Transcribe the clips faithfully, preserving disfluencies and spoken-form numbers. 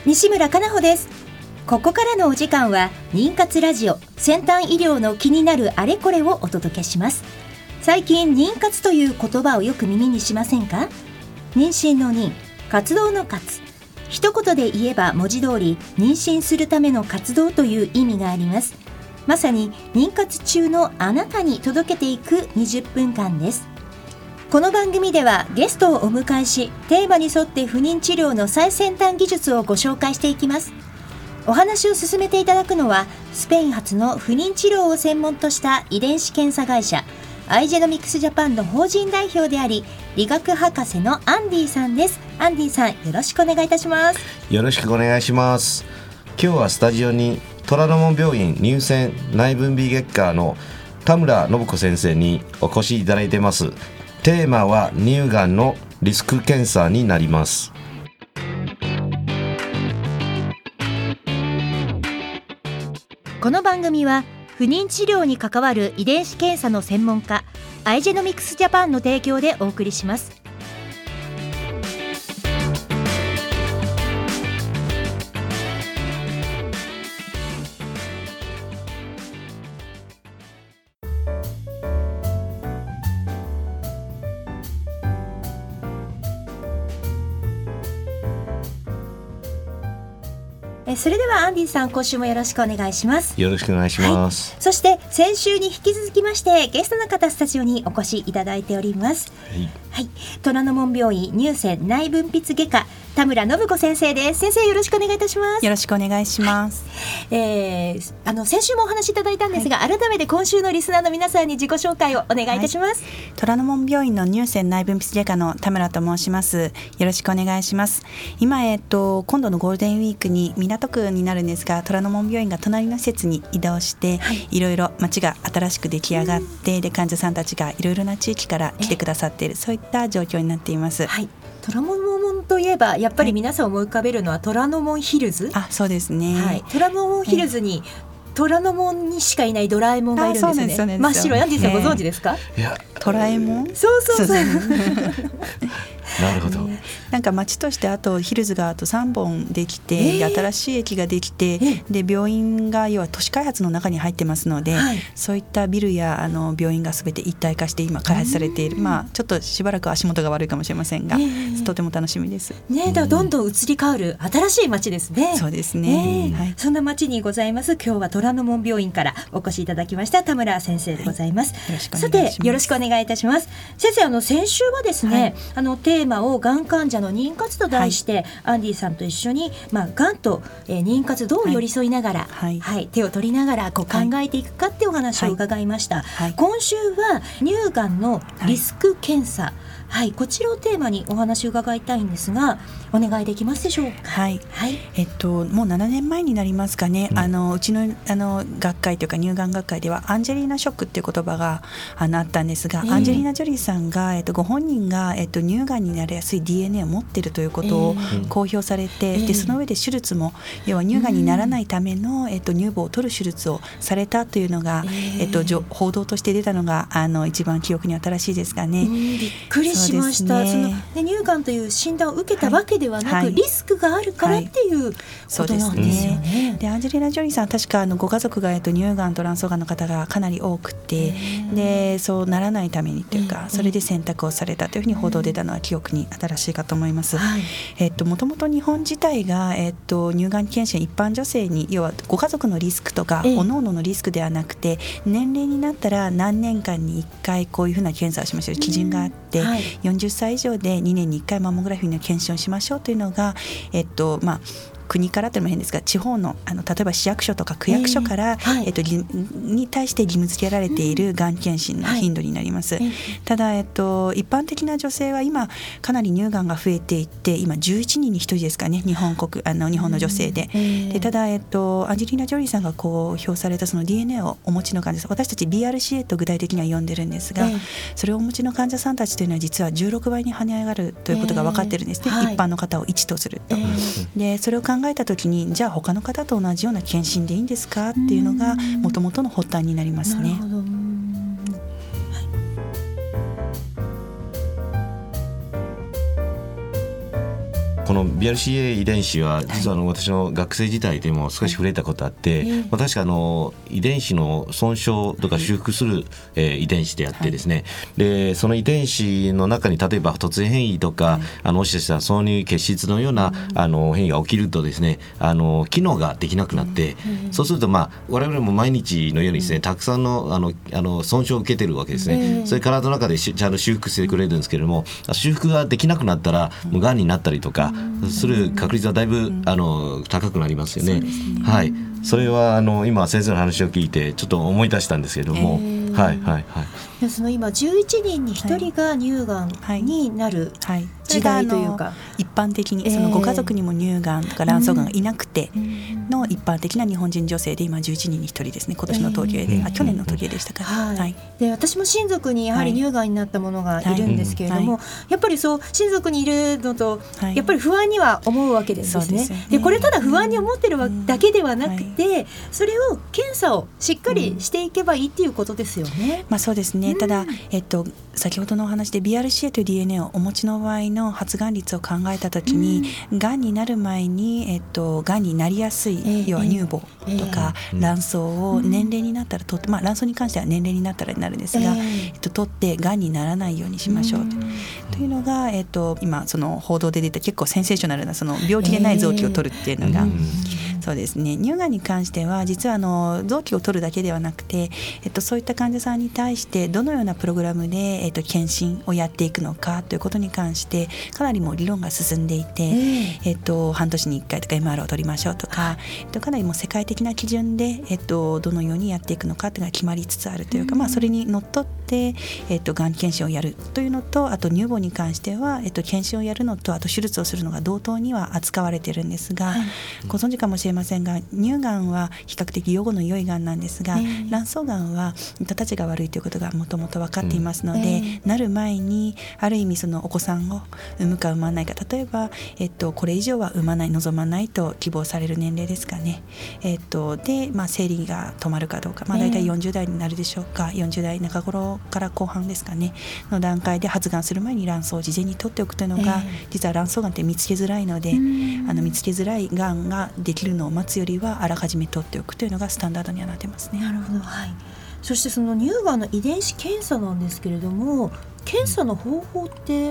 西村かなほです。ここからのお時間は妊活ラジオ、先端医療の気になるあれこれをお届けします。最近妊活という言葉をよく耳にしませんか？妊娠の妊、活動の活、一言で言えば文字通り妊娠するための活動という意味があります。まさに妊活中のあなたに届けていくにじゅっぷんかんです。この番組ではゲストをお迎えし、テーマに沿って不妊治療の最先端技術をご紹介していきます。お話を進めていただくのは、スペイン発の不妊治療を専門とした遺伝子検査会社アイジェノミクスジャパンの法人代表であり、理学博士のアンディさんです。アンディさん、よろしくお願いいたします。 よろしくお願いします。今日はスタジオに虎ノ門病院乳腺内分泌外科の田村信子先生にお越しいただいています。テーマは乳がんのリスク検査になります。 この番組は不妊治療に関わる遺伝子検査の専門家アイジェノミクスジャパンの提供でお送りします。それではアンディさん、今週もよろしくお願いします。 よろしくお願いします、 はい、そして先週に引き続きましてゲストの方スタジオにお越しいただいております。はいはい、虎ノ門病院乳腺内分泌外科田村信子先生です。先生、よろしくお願いいたします。 よろしくお願いします。 はい、えー、あの先週もお話しいただいたんですが、はい、改めて今週のリスナーの皆さんに自己紹介をお願いいたします。はい、 虎ノ門病院の乳腺内分泌外科の田村と申します。よろしくお願いします。今、えー、と今度のゴールデンウィークに港区になるんですが、虎ノ門病院が隣の施設に移動して、はい、いろいろ街が新しく出来上がって、うん、で患者さんたちがいろいろな地域から来てくださっている、そういった状況になっています。 はい、虎ノ門といえばやっぱり皆さん思い浮かべるのは虎ノ門ヒルズ。 あ、そうですね。 はい、虎ノ門ヒルズに、虎ノ門にしかいないドラえもんがいるんですね。真っ白。アンディさん、ご存知ですか？ いや、 ドラえもん。 そうそうそう。 なるほど。 なんか町としてあとヒルズがあとさんぼんできて、えー、新しい駅ができて、えー、で病院が要は都市開発の中に入ってますので、はい、そういったビルやあの病院がすべて一体化して今開発されている、まあ、ちょっとしばらく足元が悪いかもしれませんが、えー、とても楽しみです、 ね、だどんどん移り変わる新しい町ですね。 そうですね、 えーはい、そんな町にございます。今日は虎ノ門病院からお越しいただきました田村先生でございます。はい、よろしくお願いします。さて、よろしくお願いいたします。先生、あの先週はですね、はい、あのテーマをがん患者の妊活と題して、はい、アンディさんと一緒に、まあ、がんと、えー、妊活どう寄り添いながら、はいはい、手を取りながらこう考えていくかっていうお話を伺いました。はいはい、今週は乳がんのリスク検査、はいはい、こちらをテーマにお話を伺いたいんですが、お願いできますでしょうか？ はい、はい、えっと、もうななねんまえになりますかね、うん、あのうちの、あの学会というか乳がん学会ではアンジェリーナショックっていう言葉が あ, のあったんですが、えー、アンジェリーナ・ジョリーさんが、えっと、ご本人が、えっと、乳がんになりやすい ディーエヌエー を持っているということを公表されて、えー、でその上で手術も要は乳がんにならないための、えっと、乳房を取る手術をされたというのが、えーえっと、報道として出たのがあの一番記憶に新しいですかね。 うん、びっくりしました。そので乳がんという診断を受けたわけではなく、はい、リスクがあるからっていうことなんですよね。はい、で、ね、でアンジェリーナ・ジョリーさんは確かあのご家族が、えっと、乳がんと卵巣がんの方がかなり多くて、でそうならないためにというか、それで選択をされたというふうに報道出たのは記憶に新しいかと思います。はい、えっと、もともと日本自体が、えっと、乳がん検診一般女性に要はご家族のリスクとか、ええ、各々のリスクではなくて、年齢になったら何年間にいっかいこういうふうな検査をしましょう基準があって、はい、よんじゅっさい以上でにねんにいっかいマンモグラフィーの検診をしましょうというのが、えっとまあ国からというのも変ですが、地方 の, あの例えば市役所とか区役所から、えーはい、えっと、に対して義務付けられているがん検診の頻度になります。はい、ただ、えっと、一般的な女性は今かなり乳がんが増えていって、今じゅういちにんにひとりですかね、日本国あの日本の女性 で,、えー、でただ、えっと、アンジェリーナ・ジョリーさんが公表されたその ディーエヌエー をお持ちの患者さん、私たち ビーアールシーエー と具体的には呼んでるんですが、えー、それをお持ちの患者さんたちというのは実はじゅうろくばいに跳ね上がるということが分かってるんですね。えーはい、一般の方をいちとすると、えー、でそれを考えたときに、じゃあ他の方と同じような検診でいいんですかっていうのがもともとの発端になりますね。 なるほど。 ここの ビーアールシーエー 遺伝子は実はあの私の学生時代でも少し触れたことあって、はい、まあ、確かあの遺伝子の損傷とか修復する、えー、遺伝子であってですね、はい、でその遺伝子の中に例えば突然変異とか、はい、あのもしかしたらそういう結質のような、うん、あの変異が起きるとですね、あの機能ができなくなって、うん、そうすると、まあ、我々も毎日のようにですね、たくさんの、あのあの損傷を受けてるわけですね、うん、それ体の中でちゃんと修復してくれるんですけれども、修復ができなくなったらもうがんになったりとかする確率はだいぶあの高くなりますよね。はい、それはあの今先生の話を聞いてちょっと思い出したんですけれども、はいはいはい、 その今じゅういちにんにひとりが乳がんになる時代というか、 一般的にそのご家族にも乳がんとか卵巣がんがいなくての一般的な日本人女性で今じゅういちにんにひとりですね、今年の統計で、あ去年の統計でしたから、 はいはい、で私も親族にやはり乳がんになったものがいるんですけれども、はいはい、やっぱりそう親族にいるのとやっぱり不安には思うわけですね。はい、で、ね、でこれただ不安に思ってるだけではなくて、はい、それを検査をしっかりしていけばいいっていうことですよね。 うん、まあ、そうですね、うん、ただ、えっと、先ほどのお話で ビーアールシーエー という ディーエヌエー をお持ちの場合の発がん率を考えたときに、うん、がんになる前に、えっと、がんになりやすい、えー、要は乳房とか、えー、卵巣を年齢になったら取って、まあ、卵巣に関しては年齢になったらになるんですが、えーえっと、取ってがんにならないようにしましょう、うん、というのが、えっと、今その報道で出た結構センセーショナルなその病気でない臓器を取るっていうのが、えーうんそうですね、乳がんに関しては実はあの臓器を取るだけではなくて、えっと、そういった患者さんに対してどのようなプログラムで、えっと、検診をやっていくのかということに関してかなりもう理論が進んでいて、えーえっと、半年にいっかいとか エムアール を取りましょうとか、えっと、かなりもう世界的な基準で、えっと、どのようにやっていくのかというのが決まりつつあるというか、うんまあ、それにのっとって、えっと、がん検診をやるというのと、あと乳房に関しては、えっと、検診をやるのとあと手術をするのが同等には扱われているんですが、はい、ご存知かもしれませんが乳がんは比較的予後の良いがんなんですが、えー、卵巣がんは形が悪いということがもともと分かっていますので、うんえー、なる前にある意味そのお子さんを産むか産まないか、例えば、えっと、これ以上は産まない望まないと希望される年齢ですかね、えっと、で、まあ、生理が止まるかどうか、まあ、大体よんじゅう代になるでしょうか、えー、よんじゅう代中頃から後半ですかねの段階で発がんする前に卵巣を事前に取っておくというのが、えー、実は卵巣がんって見つけづらいので、あの見つけづらいがんができるのを待つよりはあらかじめ取っておくというのがスタンダードにはなってますね。 なるほど、はい、そしてその乳がんの遺伝子検査なんですけれども、検査の方法って、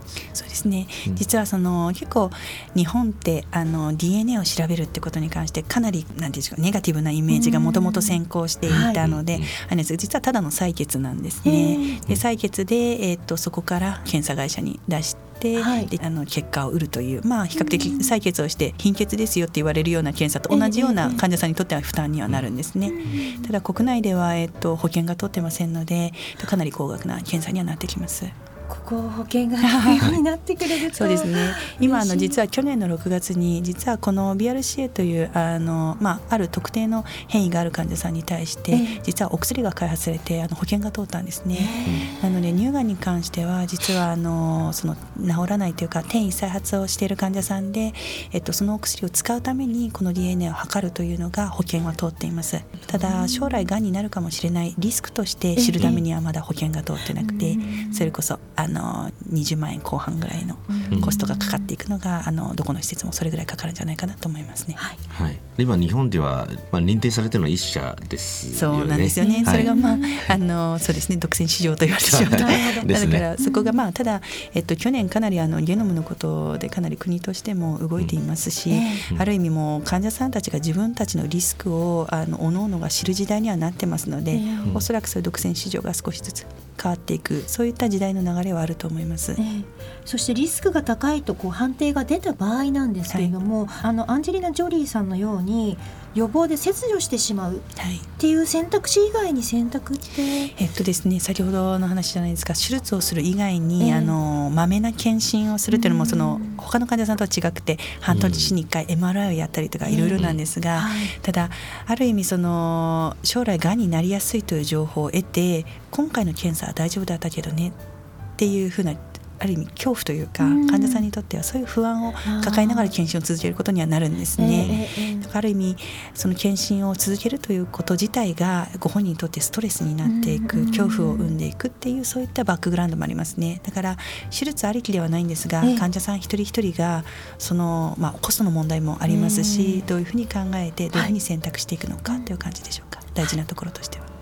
そうですね、実はその結構日本ってあの ディーエヌエー を調べるってことに関してかなりなんていうんですか、ネガティブなイメージがもともと先行していたので、はい、あれです実はただの採血なんですね。で採血で、えー、とそこから検査会社に出してはい、であの結果を売るという、まあ、比較的採血をして貧血ですよって言われるような検査と同じような患者さんにとっては負担にはなるんですね。ただ国内では、えっと、保険が取ってませんのでかなり高額な検査にはなってきます。 ここ保険が必要になってくれるとそうですね、今あの実は去年のろくがつに実はこの ビーアールシーエー というあの、まあ、ある特定の変異がある患者さんに対して実はお薬が開発されてあの保険が通ったんですね。なので乳がんに関しては実はあのその治らないというか転移再発をしている患者さんで、えっと、そのお薬を使うためにこの ディーエヌエー を測るというのが保険は通っています。ただ将来がんになるかもしれないリスクとして知るためにはまだ保険が通ってなくて、それこそあのにじゅうまんえんこう半ぐらいのコストがかかっていくのが、うん、あのどこの施設もそれぐらいかかるんじゃないかなと思いますね。 はいはい、今日本では、まあ、認定されているのは一社ですよね。 そうなんですよね、はい、それが、まあ、あのそうですね、独占市場と言われてしまうとだからそこが、まあ、ただ、えっと、去年かなりあのゲノムのことでかなり国としても動いていますし、うん、ある意味もう患者さんたちが自分たちのリスクをあの各々が知る時代にはなってますので、うん、おそらくそういう独占市場が少しずつ変わっていく、そういった時代の流れはあると思います。えー、 そしてリスクが高いとこう判定が出た場合なんですけれども、はい、あのアンジェリーナ・ジョリーさんのように予防で切除してしまうっていう選択肢以外に選択って、はい、 えっとですね、先ほどの話じゃないですか、手術をする以外に、えー、あのまめな検診をするっていうのもその他の患者さんとは違くて半年にいっかい エムアールアイ をやったりとかいろいろなんですが、はい、ただある意味その将来がんになりやすいという情報を得て今回の検査は大丈夫だったけどねっていうふうなある意味恐怖というか、患者さんにとってはそういう不安を抱えながら検診を続けることにはなるんですね。だからある意味その検診を続けるということ自体がご本人にとってストレスになっていく、恐怖を生んでいくっていう、そういったバックグラウンドもありますね。だから手術ありきではないんですが、患者さん一人一人がその、まあ、コストの問題もありますし、どういうふうに考えてどういうふうに選択していくのかという感じでしょうか、大事なところとしては。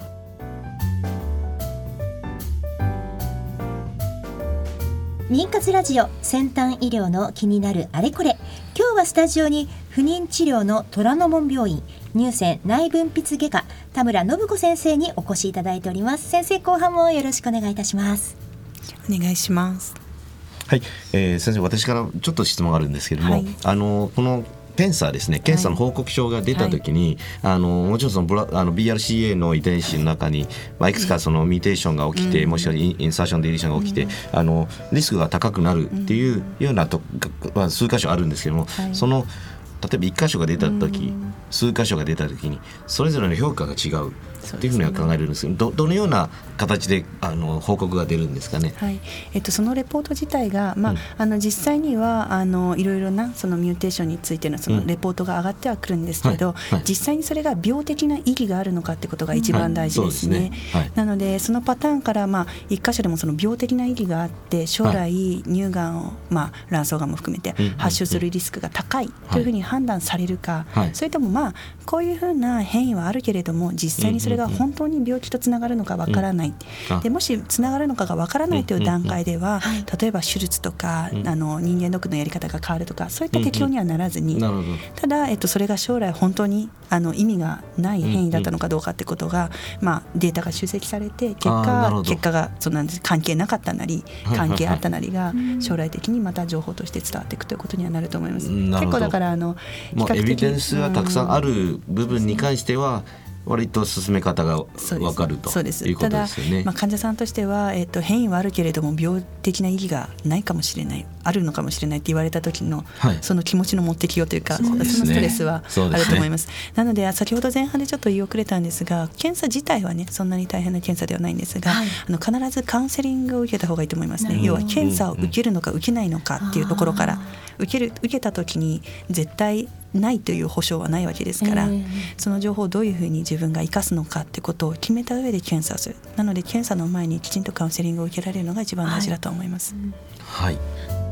妊活ラジオ、先端医療の気になるあれこれ。今日はスタジオに不妊治療の虎ノ門病院乳腺内分泌外科田村信子先生にお越しいただいております。先生、後半もよろしくお願いいたします。 お願いします。 はい、えー、先生、私からちょっと質問があるんですけれども、はい、あのこの検査ですね、検査の報告書が出たときに、はい、あのもちろんそのブラあの ビーアールシーエー の遺伝子の中に、まあ、いくつかそのミューテーションが起きて、うん、もしくはインサーションデリーションが起きて、うん、あのリスクが高くなるっていうようなと、まあ、数箇所あるんですけども、はい、その例えばいっ箇所が出たとき、うん、数箇所が出たときにそれぞれの評価が違うっていうふうには考えるんですけど、 ど, どのような形であの報告が出るんですかね。 はい、えっと、そのレポート自体が、まあうん、あの実際にはあのいろいろなそのミューテーションについてのそのレポートが上がってはくるんですけど、うんはいはい、実際にそれが病的な意義があるのかってことが一番大事ですね。はい、そうですね。はい、なのでそのパターンから、まあ、一箇所でもその病的な意義があって将来乳がんを、まあ、卵巣がんも含めて発症するリスクが高いというふうに判断されるか、はい、それともまあこういうふうな変異はあるけれども実際にそれが本当に病気とつながるのかわからない、うん、でもしつながるのかがわからないという段階では、うんうん、例えば手術とか、うん、あの人間ドックのやり方が変わるとかそういった適用にはならずに、うんうん、ただ、えっと、それが将来本当にあの意味がない変異だったのかどうかってことが、うんうんまあ、データが集積されて結果、結果がそんなんです関係なかったなり関係あったなりが将来的にまた情報として伝わっていくということにはなると思います。結構だからあの比較的エビデンスがたくさんある部分に関しては、うん割と進め方が分かるということですよね。 ただ、まあ、患者さんとしては、えーと、変異はあるけれども病的な意義がないかもしれないあるのかもしれないって言われた時の、はい、その気持ちの持ってきようというか そ, う、ね、そのストレスはあると思います。なので先ほど前半でちょっと言い遅れたんですが検査自体はねそんなに大変な検査ではないんですが、はい、あの必ずカウンセリングを受けた方がいいと思いますね。要は検査を受けるのか受けないのかっていうところから受ける受けた時に絶対ないという保証はないわけですから、えー、その情報をどういうふうに自分が生かすのかってことを決めた上で検査をする。なので検査の前にきちんとカウンセリングを受けられるのが一番大事だと思います。 はい、はい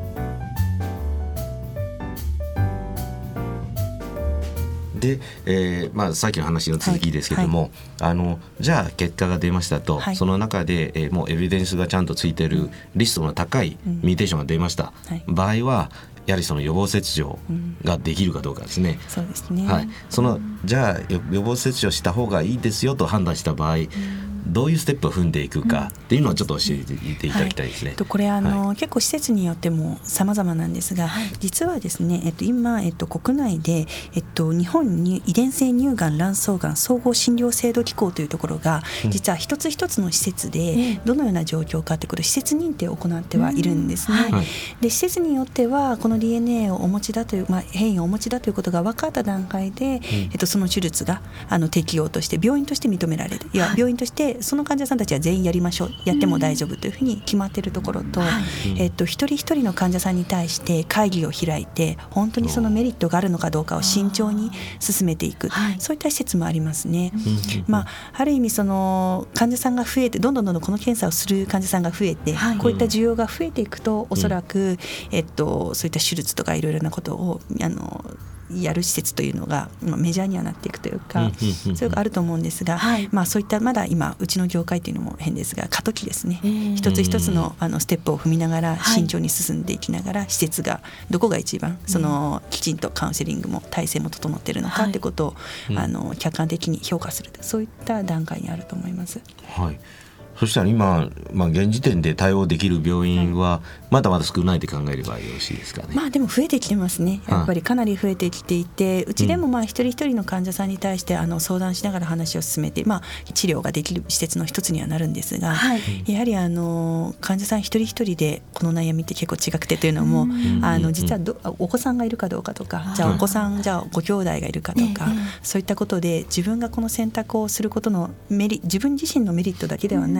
でえーまあ、さっきの話の続きですけども、はいはい、あのじゃあ結果が出ましたと、はい、その中で、えー、もうエビデンスがちゃんとついているリストの高いミューテーションが出ました、うんはい、場合はやはりその予防切除ができるかどうかですね。 うん、そうですね。 はい、そのじゃあ予防切除した方がいいですよと判断した場合、うんどういうステップを踏んでいくかっていうのをちょっと教えていただきたいですね。 はい、これあの、はい、結構施設によっても様々なんですが、はい、実はですね、えっと、今、えっと、国内で、えっと、日本に遺伝性乳がん卵巣がん総合診療制度機構というところが、うん、実は一つ一つの施設でどのような状況かということで施設認定を行ってはいるんですね。うんはい、で施設によってはこの ディーエヌエー をお持ちだという、まあ、変異をお持ちだということが分かった段階で、うんえっと、その手術があの適用として病院として認められるいや病院としてその患者さんたちは全員やりましょうやっても大丈夫というふうに決まっているところと、うんえっと、一人一人の患者さんに対して会議を開いて本当にそのメリットがあるのかどうかを慎重に進めていくそういった施設もありますね。まあ、ある意味その患者さんが増えてどんどんどんどんこの検査をする患者さんが増えて、はい、こういった需要が増えていくとおそらく、えっと、そういった手術とかいろいろなことをあのやる施設というのがメジャーにはなっていくというかそういうのがあると思うんですが、はいまあ、そういったまだ今うちの業界というのも変ですが過渡期ですね、えー、一つ一つ の, あのステップを踏みながら慎重に進んでいきながら、はい、施設がどこが一番そのきちんとカウンセリングも体制も整っているのかということを、はい、あの客観的に評価するそういった段階にあると思います。 はいそしたら今、まあ、現時点で対応できる病院はまだまだ少ないと考えればよろしいですかね。 まあでも増えてきてますね。やっぱりかなり増えてきていてうちでもまあ一人一人の患者さんに対してあの相談しながら話を進めて、まあ、治療ができる施設の一つにはなるんですが、はい、やはりあの患者さん一人一人でこの悩みって結構違くてというのもあの実はどお子さんがいるかどうかとかじゃあお子さんじゃあご兄弟がいるかとかそういったことで自分がこの選択をすることのメリ自分自身のメリットだけではない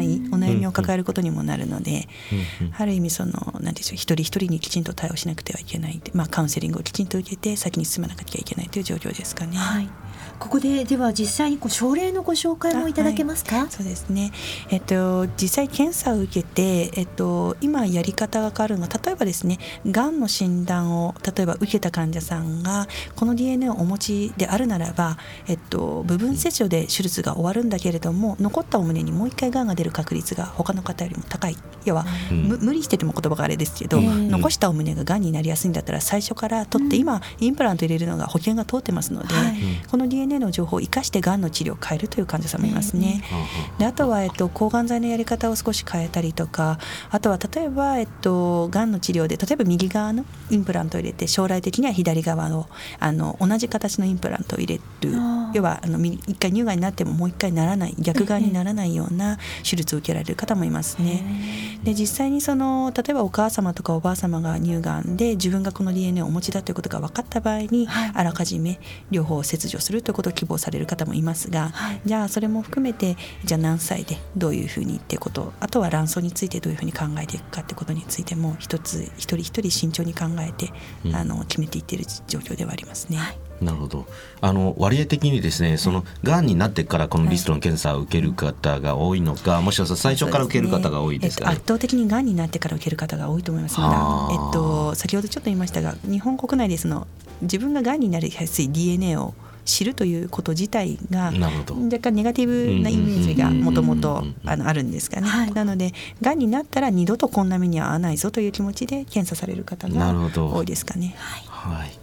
ないお悩みを抱えることにもなるので、うんうん、ある意味その何でしょう、一人一人にきちんと対応しなくてはいけない、まあ、カウンセリングをきちんと受けて先に進まなきゃいけないという状況ですかね。 はい、ここででは実際にこう症例のご紹介もいただけますか。はい、 そうですね、えっと、実際検査を受けて、えっと、今やり方が変わるのは、例えばですね、がんの診断を例えば受けた患者さんがこの ディーエヌエー をお持ちであるならば、えっと、部分切除で手術が終わるんだけれども、残ったお胸にもう一回がんが出る確率が他の方よりも高い。要は、うん、無理してても言葉があれですけど、うん、残したお胸ががんになりやすいんだったら最初から取って、うん、今インプラント入れるのが保険が通ってますので、はい、この ディーエヌエー の情報を生かしてがんの治療を変えるという患者さんもいますね。うん、であとは、えっと、抗がん剤のやり方を少し変えたりとか、あとは例えば、えっと、がんの治療で例えば右側のインプラントを入れて、将来的には左側の、あの同じ形のインプラントを入れる、要はあの一回乳がんになってももう一回ならない、逆側にならないような手術を受けられる方もいますね。で実際にその例えばお母様とかおばあ様が乳がんで自分がこの ディーエヌエー をお持ちだということが分かった場合に、はい、あらかじめ両方を切除するということを希望される方もいますが、はい、じゃあそれも含めてじゃあ何歳でどういうふうにっていうこと、あとは卵巣についてどういうふうに考えていくかってことについても一つ一人一人慎重に考えて、うん、あの決めていっている状況ではありますね。はい、 なるほど。あの割合的にですね、そのがんになってからこのリストの検査を受ける方が多いのか、もしくは最初から受ける方が多いですかね。 えっと、圧倒的にがんになってから受ける方が多いと思います。まだ、えっと、先ほどちょっと言いましたが、日本国内でその自分ががんになりやすい ディーエヌエー を知るということ自体が若干ネガティブなイメージがもともとあるんですかね。はい、なのでがんになったら二度とこんな目には合わないぞという気持ちで検査される方が多いですかね。 はいはい、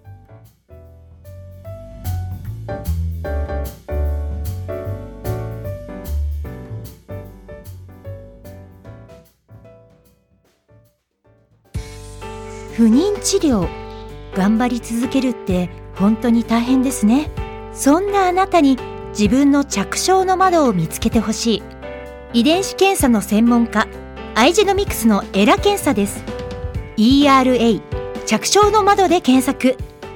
不妊治療、頑張り続けるって本当に大変ですね。そんなあなたに自分の着床の窓を見つけてほしい。遺伝子検査の専門家、アイジェノミクスのエラ検査です。 イーアールエー 着床の窓で検索。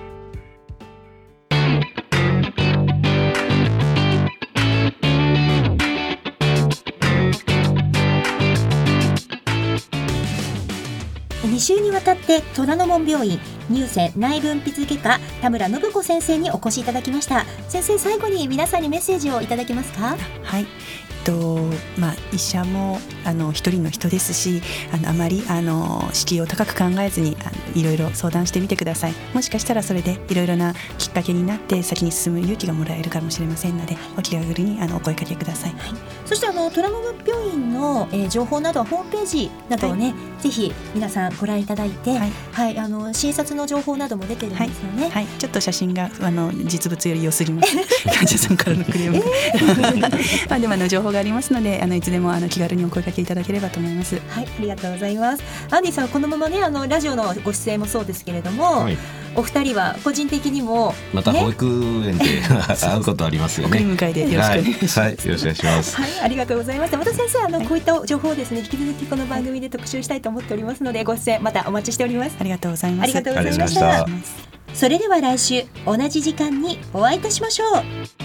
に週にわたって虎ノ門病院乳腺内分泌外科田村信子先生にお越しいただきました。先生、最後に皆さんにメッセージをいただけますか。 はい、とまあ、医者もあの一人の人ですし、あのあまりあの敷居を高く考えずにあのいろいろ相談してみてください。もしかしたらそれでいろいろなきっかけになって先に進む勇気がもらえるかもしれませんので、お気軽にあのお声かけください。はい、 そしてあの虎ノ門病院の、えー、情報などはホームページなどをね、はい、ぜひ皆さんご覧いただいて、はいはい、あの診察の情報なども出てるんですよね。 はいはい、ちょっと写真があの実物より良すぎます患者さんからのクレーム、えー、まあでもあの情報がありますので、あのいつでもあの気軽にお声かけいただければと思います。 はい、ありがとうございます。アンディさん、このままね、あのラジオのご出演もそうですけれども、はい、お二人は個人的にも、ね、 また保育園で会うことありますよね。 送り迎えでよろしくお願いします。 はい、はい、よろしくお願いします。 はい、ありがとうございました。また先生、あの、はい、こういった情報をですね、引き続きこの番組で特集したいと思っておりますので、ご出演またお待ちしております。 ありがとうございます。 ありがとうございました。それでは来週同じ時間にお会いいたしましょう。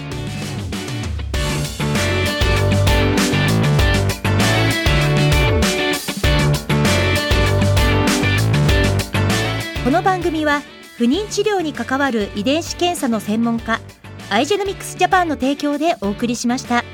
この番組は不妊治療に関わる遺伝子検査の専門家アイジェノミクスジャパンの提供でお送りしました。